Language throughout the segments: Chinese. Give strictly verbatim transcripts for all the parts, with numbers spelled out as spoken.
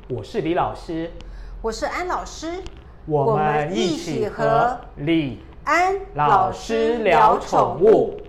我是李老师， 我是安老师， 我们一起和李安老师聊宠物。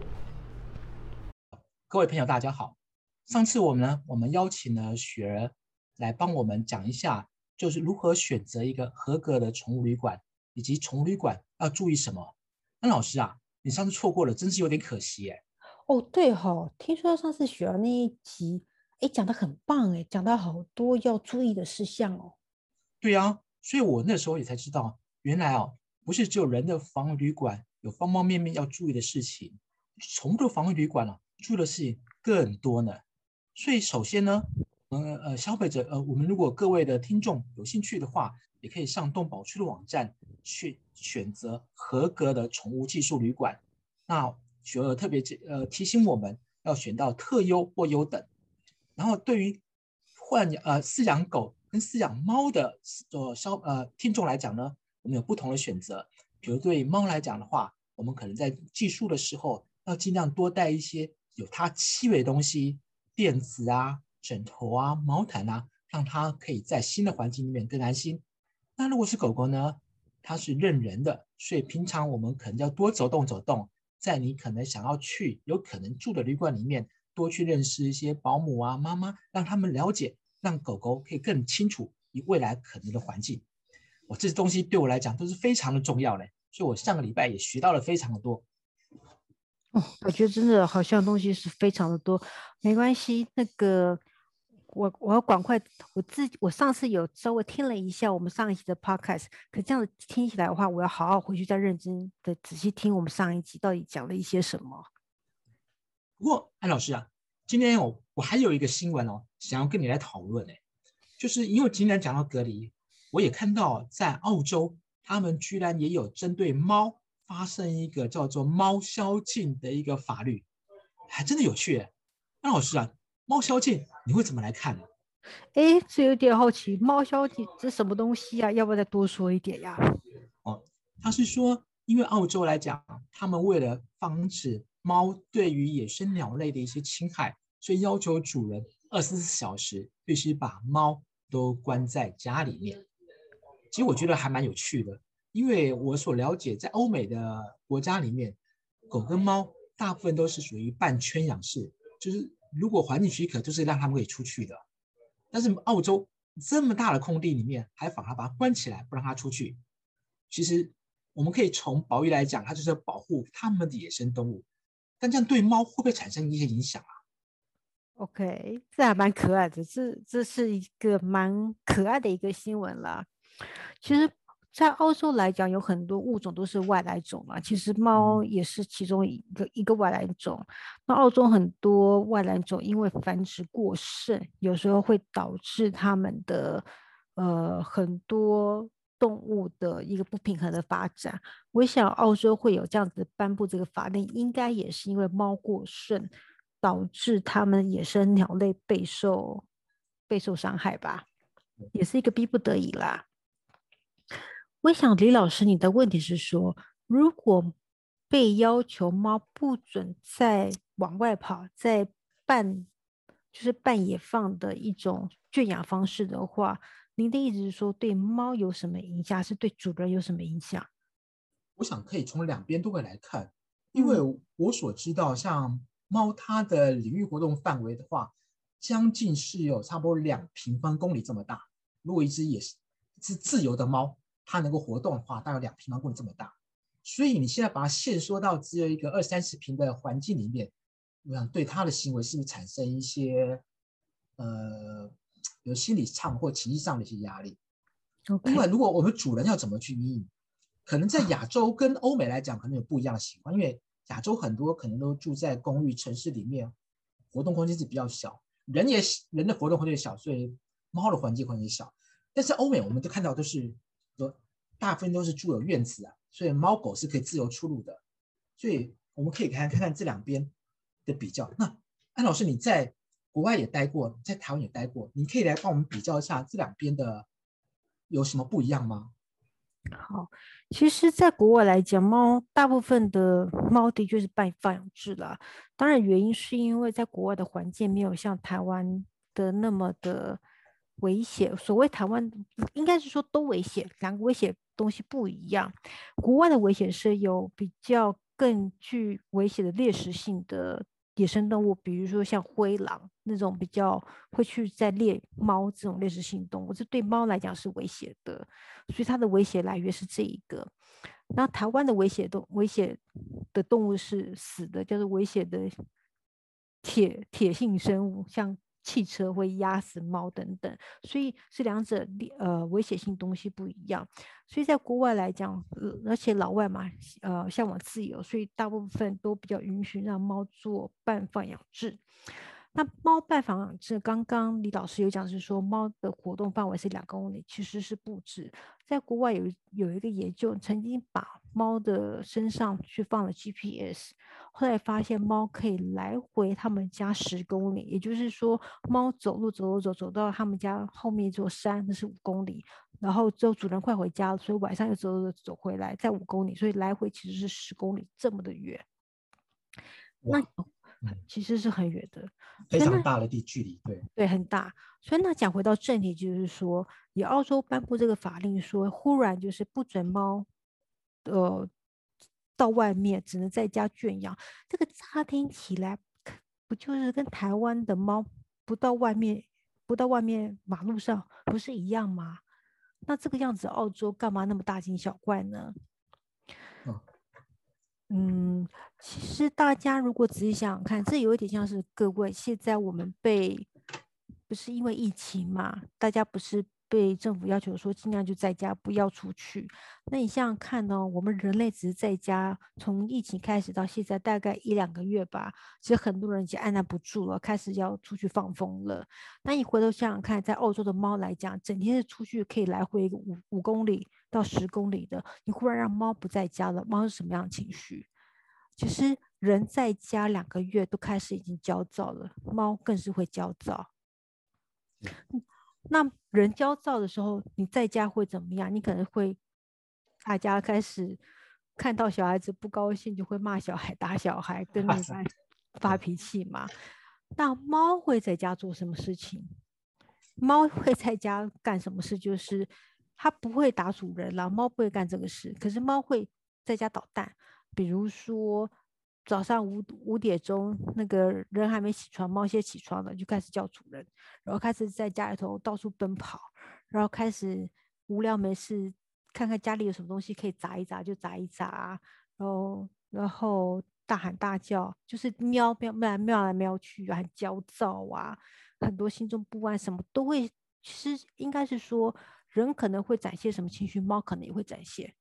各位朋友，大家好。上次我们呢，我们邀请了雪儿来帮我们讲一下，就是如何选择一个合格的宠物旅馆，以及宠物旅馆要注意什么。安老师啊，你上次错过了，真是有点可惜耶。 哦，对哦，听说上次雪儿那一集，哎，讲得很棒哎，讲到好多要注意的事项哦。 对啊，所以我那时候也才知道，原来哦，不是只有人的防疫旅馆有方方面面要注意的事情，宠物的防疫旅馆啊，注意的事情更多呢。所以首先呢，呃呃，消费者呃，我们如果各位的听众有兴趣的话，也可以上动保处的网站去选择合格的宠物寄宿旅馆。那雪儿特别呃提醒我们要选到特优或优等。然后对于换呃饲养狗跟饲养猫的呃消呃听众来讲呢，我们有不同的选择。比如对猫来讲的话，我们可能在寄宿的时候要尽量多带一些有它气味的东西，垫子啊、枕头啊、毛毯啊，让它可以在新的环境里面更安心。那如果是狗狗呢，它是认人的，所以平常我们可能要多走动走动，在你可能想要去有可能住的旅馆里面，多去认识一些保姆啊、妈妈，让他们了解，让狗狗可以更清楚你未来可能的环境。我这些东西对我来讲都是非常的重要的，所以我上个礼拜也学到了非常的多。 哦，我觉得真的好像东西是非常的多，没关系，那个我我要赶快，我自我上次有稍微听了一下我们上一集的 podcast，可这样子听起来的话，我要好好回去再认真的仔细听我们上一集到底讲了一些什么。 不过安老师啊，今天我我还有一个新闻哦，想要跟你来讨论哎，就是因为今天讲到隔离，我也看到在澳洲，他们居然也有针对猫发生一个叫做猫宵禁的一个法律，还真的有趣哎。安老师啊，猫宵禁你会怎么来看呢？ 哎，这有点好奇，猫小姐这什么东西啊？要不要再多说一点呀？ 哦，他是说，因为澳洲来讲，他们为了防止猫对于野生鸟类的一些侵害，所以要求主人二十四小时必须把猫都关在家里面。其实我觉得还蛮有趣的，因为我所了解，在欧美的国家里面，狗跟猫大部分都是属于半圈养式，就是如果环境许可，就是让他们可以出去的。但是澳洲这么大的空地里面，还反而把它关起来，不让它出去。其实我们可以从保育来讲，它就是要保护它们的野生动物。但这样对猫会不会产生一些影响啊？ OK，这还蛮可爱的，这这是一个蛮可爱的一个新闻啦。其实，在澳洲来讲，有很多物种都是外来种啦。其实猫也是其中一个一个外来种。那澳洲很多外来种因为繁殖过剩，有时候会导致它们的呃很多动物的一个不平衡的发展。我想澳洲会有这样子颁布这个法令，应该也是因为猫过剩。导致它们野生鸟类备受备受伤害吧，也是一个逼不得已啦。我想李老师，你的问题是说，如果被要求猫不准再往外跑，在半就是半野放的一种圈养方式的话，您的意思是说对猫有什么影响，是对主人有什么影响？ 我想可以从两边都会来看，因为嗯我所知道，像猫它的领域活动范围的话，将近是有差不多两平方公里这么大。如果一只也是一只自由的猫，它能够活动的话，大概两平方公里这么大。所以你现在把它限缩到只有一个二三十平的环境里面，我想对它的行为是不是产生一些呃，有心理上或情绪上的一些压力？另外， ，OK， 如果我们主人要怎么去因应，可能在亚洲跟欧美来讲，可能有不一样的情况，因为亚洲很多可能都住在公寓城市里面，活动空间是比较小，人也人的活动空间小，所以猫的环境空间小。但是欧美我们都看到都是大部分都是住有院子啊，所以猫狗是可以自由出入的。所以我们可以看看看这两边的比较。那安老师你在国外也待过，在台湾也待过，你可以来帮我们比较一下这两边的有什么不一样吗？ 好，其实，在国外来讲，猫大部分的猫的确是半放养制啦。当然，原因是因为在国外的环境没有像台湾的那么的危险。所谓台湾应该是说都危险，两个危险东西不一样。国外的危险是有比较更具危险的猎食性的野生动物，比如说像灰狼那种比较会去在猎猫这种猎食性动物，这对猫来讲是危险的，所以它的危险来源是这一个。那台湾的危险动危险的动物是死的，叫做危险的铁铁性生物，像汽车会压死猫等等，所以是两者呃危险性东西不一样。所以在国外来讲，呃、而且老外嘛，呃向往自由，所以大部分都比较允许让猫做半放养制。那猫半放养制，刚刚李老师有讲是说猫的活动范围是两公里，其实是不止。在国外有有一个研究，曾经把猫的身上去放了 G P S， 后来发现猫可以来回他们家十公里，也就是说猫走路走走走走到他们家后面一座山，那是五公里，然后之后主人快回家了，所以晚上又走走走回来，再五公里，所以来回其实是十公里这么的远。那其实是很远的， 非常大的地距离，对对，很大。所以那讲回到正题，就是说，以澳洲颁布这个法令说，忽然就是不准猫，呃，到外面，只能在家圈养。这个乍听起来，不就是跟台湾的猫不到外面，不到外面马路上，不是一样吗？那这个样子，澳洲干嘛那么大惊小怪呢？ 嗯嗯，其实大家如果仔细想想看，这有一点像是各位现在我们被不是因为疫情嘛，大家不是被政府要求说尽量就在家不要出去。那你想想看呢、哦，我们人类只是在家，从疫情开始到现在大概一两个月吧，其实很多人已经按捺不住了，开始要出去放风了。那你回头想想看，在澳洲的猫来讲，整天是出去可以来回五五公里到十公里的，你忽然让猫不在家了，猫是什么样的情绪？其实人在家两个月都开始已经焦躁了，猫更是会焦躁。那人焦躁的时候，你在家会怎么样？你可能会大家开始看到小孩子不高兴，就会骂小孩、打小孩，跟另一半发脾气嘛。那猫会在家做什么事情？猫会在家干什么事？就是它不会打主人了，猫不会干这个事。可是猫会在家捣蛋，比如说早上五五点钟，那个人还没起床，猫先起床了，就开始叫主人，然后开始在家里头到处奔跑，然后开始无聊没事看看家里有什么东西可以砸一砸就砸一砸，然后然后大喊大叫，就是喵喵喵喵来喵去，很焦躁啊，很多心中不安，什么都会。其实应该是说，人可能会展现什么情绪，猫可能也会展现。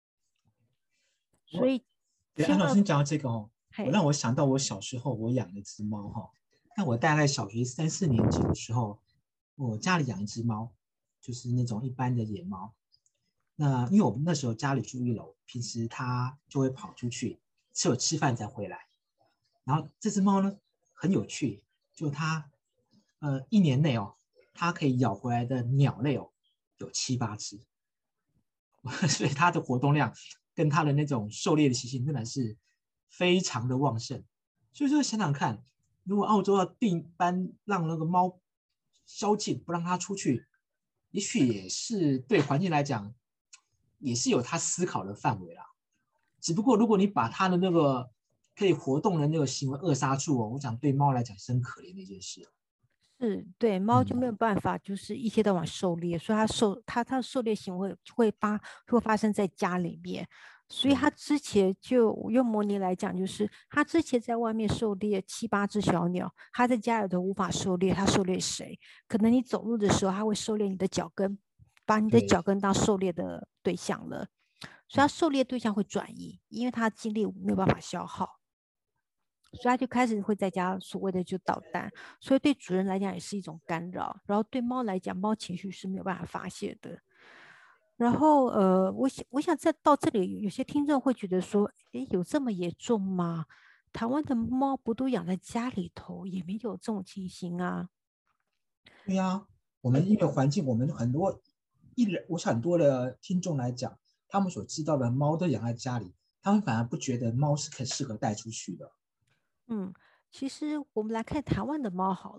所以， 对，安老师你讲到这个哦， 嘿我让我想到我小时候我养了一只猫哈。那我大概小学三四年级的时候，我家里养一只猫，就是那种一般的野猫。那因为我们那时候家里住一楼，平时它就会跑出去，只有吃饭才回来。然后这只猫呢很有趣，就它呃一年内哦，它可以咬回来的鸟类哦有七八只，所以它的活动量跟它的那种狩猎的习性真的是非常的旺盛。所以说想想看，如果澳洲要定班让那个猫宵禁，不让它出去，也许也是对环境来讲也是有它思考的范围啦。只不过如果你把它的那个可以活动的那个行为扼杀住哦，我想对猫来讲是很可怜的一件事。 是对猫就没有办法，就是一天到晚狩猎，所以它狩它它的狩猎行为会发会发生在家里面，所以它之前就用模拟来讲，就是它之前在外面狩猎七八只小鸟，它在家里头无法狩猎，它狩猎谁？可能你走路的时候，它会狩猎你的脚跟，把你的脚跟当狩猎的对象了，所以它狩猎对象会转移，因为它精力没有办法消耗。所以他就开始会在家所谓的就捣蛋，所以对主人来讲也是一种干扰，然后对猫来讲，猫情绪是没有办法发泄的。然后呃，我想我想在到这里，有些听众会觉得说，诶，有这么严重吗？台湾的猫不都养在家里头，也没有这种情形啊。 对呀、啊，我们因为环境，我们很多一人，我想很多的听众来讲，他们所知道的猫都养在家里，他们反而不觉得猫是很适合带出去的。 嗯，其实我们来看台湾的猫好了，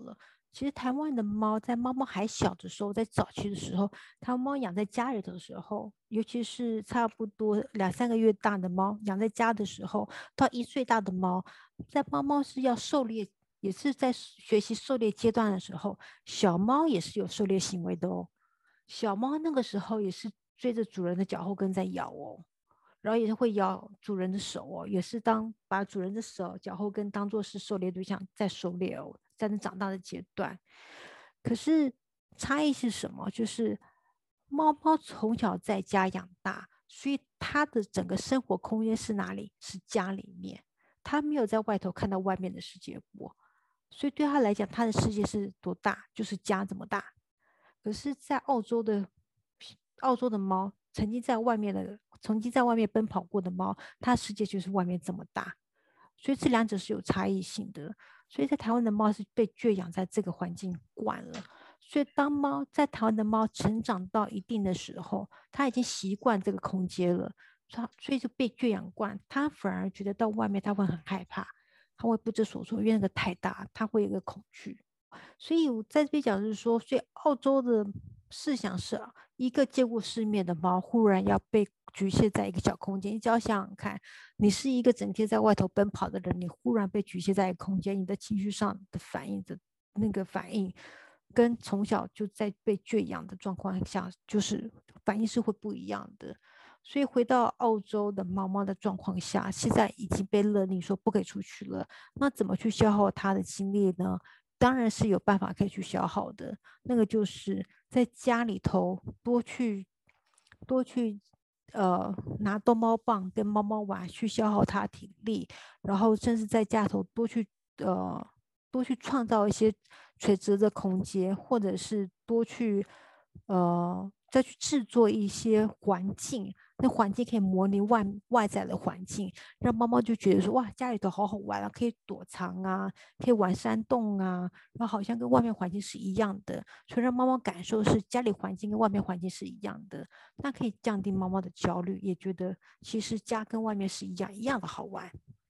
其实台湾的猫在猫猫还小的时候，在早期的时候，台湾猫养在家里的时候，尤其是差不多两三个月大的猫养在家的时候，到一岁大的猫，在猫猫是要狩猎，也是在学习狩猎阶段的时候，小猫也是有狩猎行为的哦。小猫那个时候也是追着主人的脚后跟在咬哦。然后也是会咬主人的手哦，也是当把主人的手脚后跟当作是狩猎对象在狩猎哦，在那长大的阶段。可是差异是什么？就是猫猫从小在家养大，所以它的整个生活空间是哪里？是家里面，它没有在外头看到外面的世界过，所以对它来讲，它的世界是多大？就是家这么大。可是，在澳洲的澳洲的猫，曾经在外面的曾经在外面奔跑过的猫，它的世界就是外面这么大，所以这两者是有差异性的。所以在台湾的猫是被圈养在这个环境惯了，所以当猫在台湾的猫成长到一定的时候，它已经习惯这个空间了，所以就被圈养惯，它反而觉得到外面它会很害怕，它会不知所措，因为那个太大，它会有一个恐惧。所以我在这边讲就是说，所以澳洲的试想是一个见过世面的猫忽然要被局限在一个小空间，你只要想想看，你是一个整天在外头奔跑的人，你忽然被局限在一个空间，你的情绪上的反应的那个反应，跟从小就在被圈养的状况下，就是反应是会不一样的。所以回到澳洲的猫猫的状况下，现在已经被勒令说不可以出去了，那怎么去消耗它的精力呢？当然是有办法可以去消耗的，那个就是在家里头多去多去呃拿逗猫棒跟猫猫玩，去消耗它体力，然后甚至在家头多去呃多去创造一些垂直的空间，或者是多去呃再去制作一些环境，那环境可以模拟外外在的环境，让猫猫就觉得说哇，家里头好好玩啊，可以躲藏啊，可以玩山洞啊，然后好像跟外面环境是一样的，所以让猫猫感受是家里环境跟外面环境是一样的，那可以降低猫猫的焦虑，也觉得其实家跟外面是一样一样的好玩。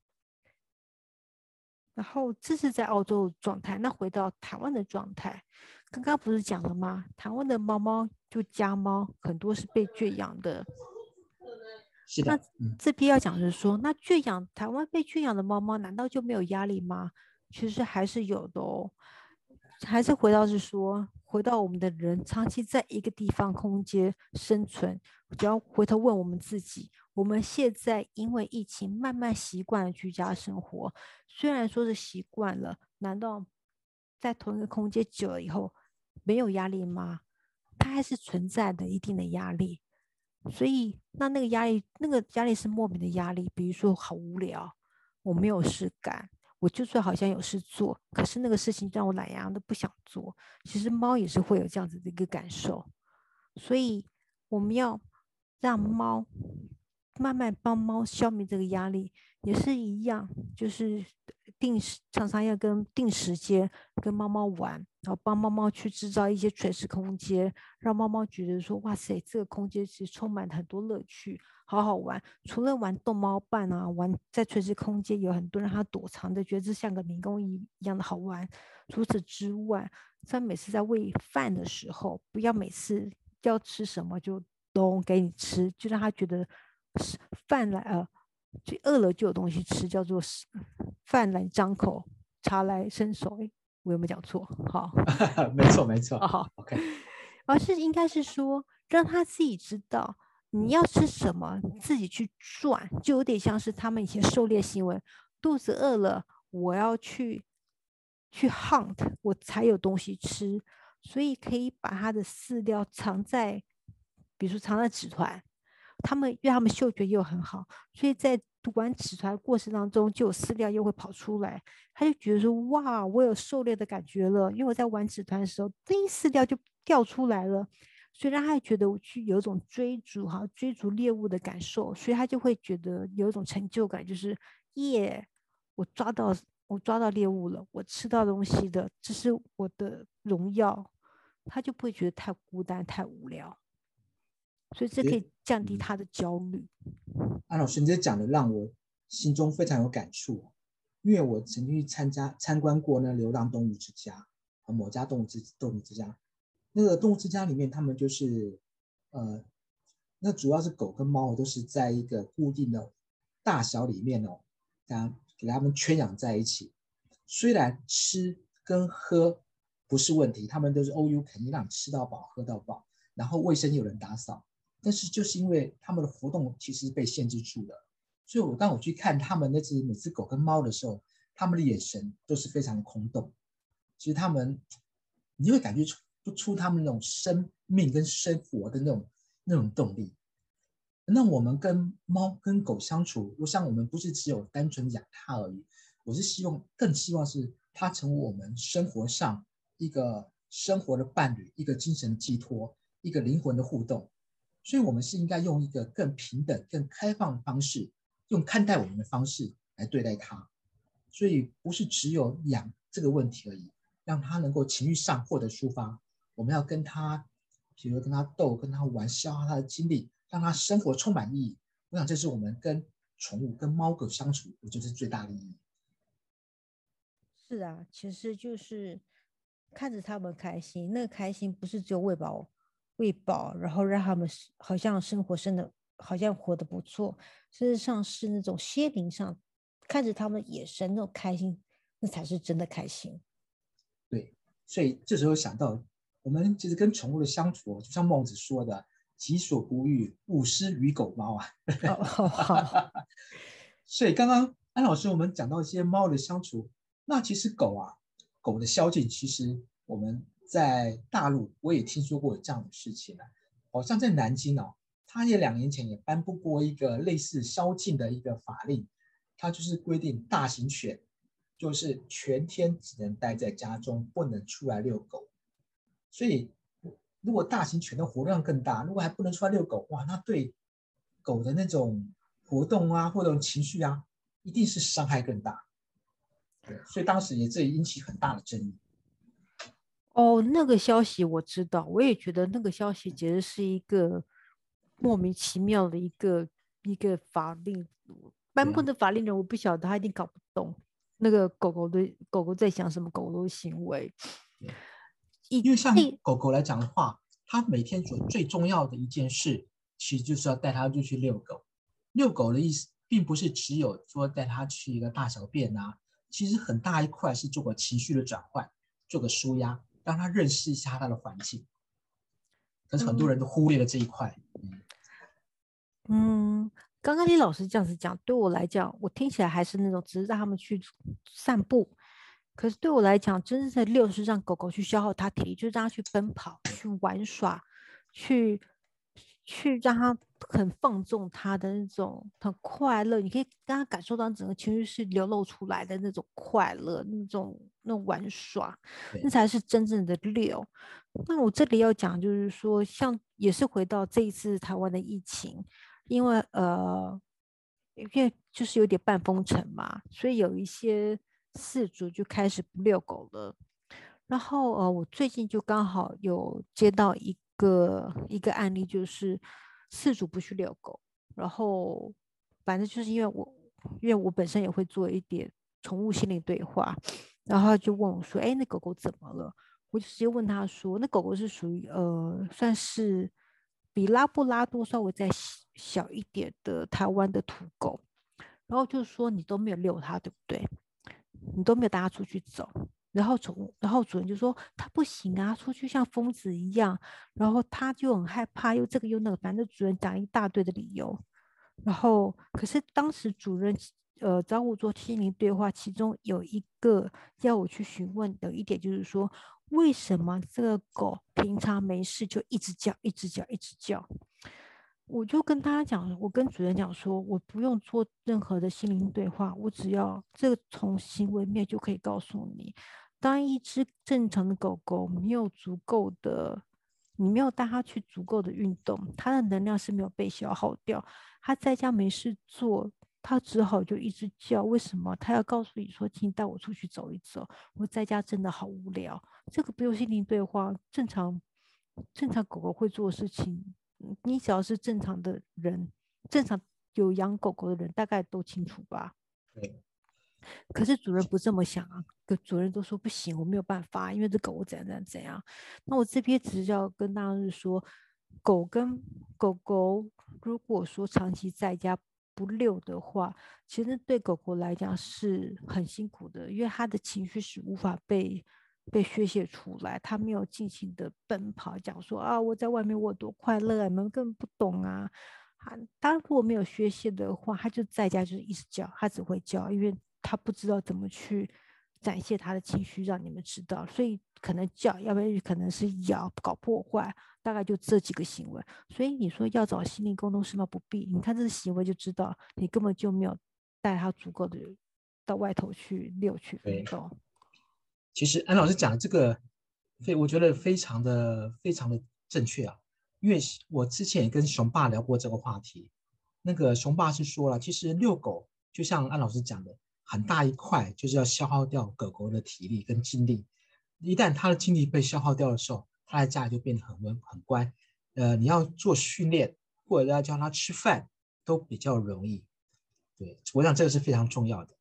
然后这是在澳洲的状态，那回到台湾的状态，刚刚不是讲了吗？台湾的猫猫就家猫很多是被圈养的。 是的， 那这边要讲是说，那圈养台湾被圈养的猫猫，难道就没有压力吗？其实还是有的哦。还是回到是说，回到我们的人长期在一个地方空间生存，只要回头问我们自己，我们现在因为疫情慢慢习惯了居家生活，虽然说是习惯了，难道在同一个空间久了以后没有压力吗？它还是存在的一定的压力。所以那那个压力，那个压力是莫名的压力，比如说好无聊，我没有事干，我就算好像有事做，可是那个事情让我懒洋洋的不想做。其实猫也是会有这样子的一个感受，所以我们要让猫慢慢帮猫消灭这个压力，也是一样，就是定时常常要跟定时间跟猫猫玩，然后帮猫猫去制造一些垂直空间，让猫猫觉得说哇塞，这个空间其实充满很多乐趣，好好玩。除了玩逗猫棒啊，玩在垂直空间有很多让它躲藏的，觉得这像个迷宫一样的好玩。除此之外，在每次在喂饭的时候，不要每次要吃什么就都给你吃，就让它觉得饭来呃，就饿了就有东西吃，叫做饭来张口，茶来伸手。哎，我有没有讲错？好， 没错没错。 好 ，OK。 而是应该是说，让他自己知道你要吃什么，自己去赚，就有点像是他们以前狩猎行为，肚子饿了，我要去去 hunt，我才有东西吃，所以可以把他的饲料藏在，比如说藏在纸团。他们因为他们嗅觉又很好，所以在玩纸团过程当中，就有饲料又会跑出来，他就觉得说哇，我有狩猎的感觉了，因为我在玩纸团的时候，第一饲料就掉出来了，所以让他觉得我去有一种追逐哈追逐猎物的感受，所以他就会觉得有一种成就感，就是耶，我抓到我抓到猎物了，我吃到东西的，这是我的荣耀，他就不会觉得太孤单太无聊。所以这可以降低他的焦虑。 安老师，你这讲的让我心中非常有感触，因为我曾经去参加参观过那流浪动物之家， 某家动物之动物之家，那个动物之家里面，他们就是呃，那主要是狗跟猫都是在一个固定的大小里面哦，给它给它们圈养在一起。虽然吃跟喝不是问题，他们都是 O U 肯定让你吃到饱喝到饱，然后卫生有人打扫，但是就是因为他们的活动其实被限制住了，所以我当我去看他们那只每只狗跟猫的时候，他们的眼神都是非常空洞。其实他们，你会感觉出不出他们那种生命跟生活的那种那种动力。那我们跟猫跟狗相处，我想我们不是只有单纯养它而已，我是希望更希望是它成为我们生活上一个生活的伴侣，一个精神寄托，一个灵魂的互动。所以我们是应该用一个更平等、更开放的方式，用看待我们的方式来对待它。所以不是只有养这个问题而已，让它能够情绪上获得抒发。我们要跟它，比如跟它斗、跟它玩，消耗它的精力，让它生活充满意义。我想这是我们跟宠物、跟猫狗相处，我觉得是最大的意义。 是啊，其实就是看着他们开心，那个开心不是只有喂饱喂饱，然后让他们好像生活生的好像活得不错，事实上是那种心灵上看着他们野生那种开心，那才是真的开心。 对，所以这时候想到，我们其实跟宠物的相处，就像孟子说的“己所不欲，勿施于狗猫”啊。 哦，好好。 所以刚刚安老师我们讲到一些猫的相处，那其实狗啊，狗的宵禁，其实我们在大陆我也听说过有这样的事情啊，好像在南京哦，它也两年前也颁布过一个类似宵禁的一个法令，它就是规定大型犬就是全天只能待在家中，不能出来遛狗。所以如果大型犬的活量更大，如果还不能出来遛狗，哇，那对狗的那种活动啊，或者情绪啊，一定是伤害更大。对，所以当时也这也引起很大的争议。 哦，那个消息我知道，我也觉得那个消息简直是一个莫名其妙的一个一个法令颁布对啊， 的法令人，我不晓得他一定搞不懂那个狗狗的狗狗在想什么，狗狗的行为。 对， 以因为像这狗狗来讲的话，它每天所最重要的一件事，其实就是要带它就去遛狗。遛狗的意思，并不是只有说带它去一个大小便啊，其实很大一块是做个情绪的转换，做个舒压，让它认识一下它的环境。可是很多人嗯都忽略了这一块。嗯， 嗯，刚刚李老师这样子讲，对我来讲，我听起来还是那种只是让他们去散步。可是对我来讲，真正的遛是让狗狗去消耗它体力，就是让它去奔跑、去玩耍、去去让它很放纵它的那种很快乐。你可以让它感受到整个情绪是流露出来的那种快乐，那种那种玩耍，那对， 才是真正的遛。那我这里要讲就是说，像也是回到这一次台湾的疫情。因为呃，因为就是有点半封城嘛，所以有一些饲主就开始不遛狗了。然后呃，我最近就刚好有接到一个一个案例，就是饲主不去遛狗，然后反正就是因为我因为我本身也会做一点宠物心理对话，然后他就问我说：“哎，那狗狗怎么了？”我就直接问他说：“那狗狗是属于呃，算是比拉布拉多稍微再小一点的台湾的土狗。”然后就说你都没有遛它，对不对？你都没有带它出去走。然后宠物，然后主人就说他不行啊，出去像疯子一样。然后他就很害怕，又这个又那个，反正主人讲一大堆的理由。然后，可是当时主任呃找我做心灵对话，其中有一个要我去询问的一点就是说，为什么这个狗平常没事就一直叫、一直叫、一直叫？我就跟他讲，我跟主任讲说，我不用做任何的心灵对话，我只要这个从行为面就可以告诉你，当一只正常的狗狗没有足够的，你没有带它去足够的运动，它的能量是没有被消耗掉，它在家没事做，它只好就一直叫。为什么？它要告诉你说，请带我出去走一走，我在家真的好无聊。这个不用心灵对话，正常正常狗狗会做的事情。你只要是正常的人，正常有养狗狗的人，大概都清楚吧？ 对， 可是主人不这么想啊，主人都说不行，我没有办法，因为这狗我怎样怎样怎样。那我这边只是要跟大家说，狗跟狗狗如果说长期在家不遛的话，其实对狗狗来讲是很辛苦的，因为它的情绪是无法被被宣泄出来，它没有尽情的奔跑，讲说啊我在外面我有多快乐啊，你们根本不懂啊。他如果没有宣泄的话，他就在家就是一直叫，他只会叫，因为他不知道怎么去展现他的情绪让你们知道，所以可能叫，要不然可能是咬搞破坏，大概就这几个行为。所以你说要找心理沟通师吗？不必，你看这个行为就知道你根本就没有带他足够的到外头去遛去运动。 其实安老师讲的这个非我觉得非常的非常的正确啊，因为我之前也跟熊爸聊过这个话题，那个熊爸是说了，其实遛狗就像安老师讲的，很大一块就是要消耗掉狗狗的体力跟精力，一旦它的精力被消耗掉的时候，它在家里就变得很温很乖，呃，你要做训练或者要教它吃饭都比较容易，对，我想这个是非常重要的。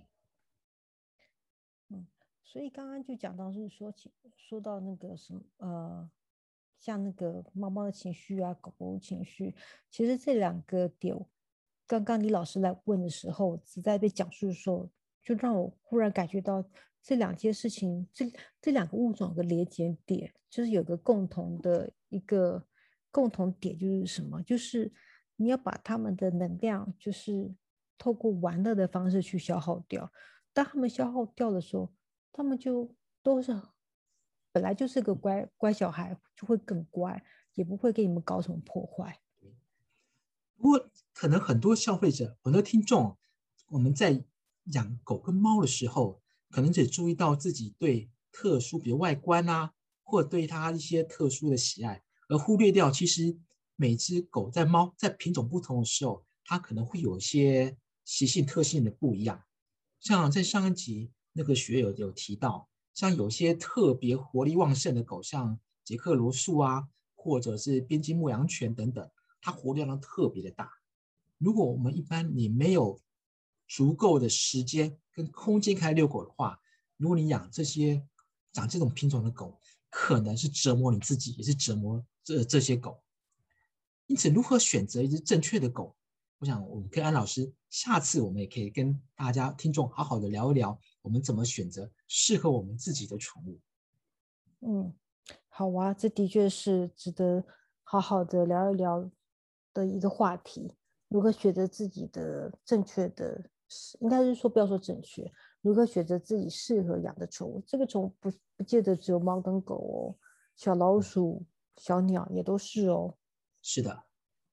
嗯，所以刚刚就讲到是说说到那个什么呃。像那个猫猫的情绪啊，狗狗的情绪，其实这两个点，刚刚李老师来问的时候，只在被讲述的时候，就让我忽然感觉到这两件事情，这这两个物种有个连接点，就是有个共同的一个共同点，就是什么？就是你要把他们的能量，就是透过玩乐的方式去消耗掉。当他们消耗掉的时候，他们就都是。本来就是个乖乖小孩，就会更乖，也不会给你们搞什么破坏。 不过，可能很多消费者、很多听众，我们在养狗跟猫的时候，可能只注意到自己对特殊，比如外观啊，或者对它一些特殊的喜爱，而忽略掉其实每只狗在猫在品种不同的时候，它可能会有一些习性特性的不一样。像在上一集那个学友有提到。像有些特别活力旺盛的狗，像捷克罗素啊，或者是边境牧羊犬等等，它活力量特别的大。如果我们一般你没有足够的时间跟空间开遛狗的话，如果你养这些长这种品种的狗，可能是折磨你自己，也是折磨这这些狗。因此，如何选择一只正确的狗，我想我们跟安老师，下次我们也可以跟大家听众好好的聊一聊。我们怎么选择适合我们自己的宠物？ 嗯，好啊，这的确是值得好好的聊一聊的一个话题。如何选择自己的正确的，应该是说不要说正确，如何选择自己适合养的宠物？这个宠物不不见得只有猫跟狗哦，小老鼠、小鸟也都是哦。 是的。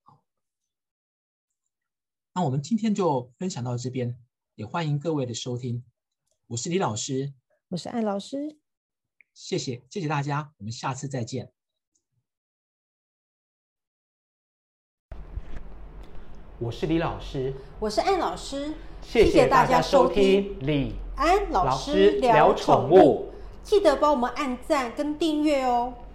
那我们今天就分享到这边，也欢迎各位的收听。我是李老师， 我是艾老师， 谢谢，谢谢大家，我们下次再见。 我是李老师， 我是艾老师， 谢谢大家收听李安老师聊宠物，记得帮我们按赞跟订阅哦。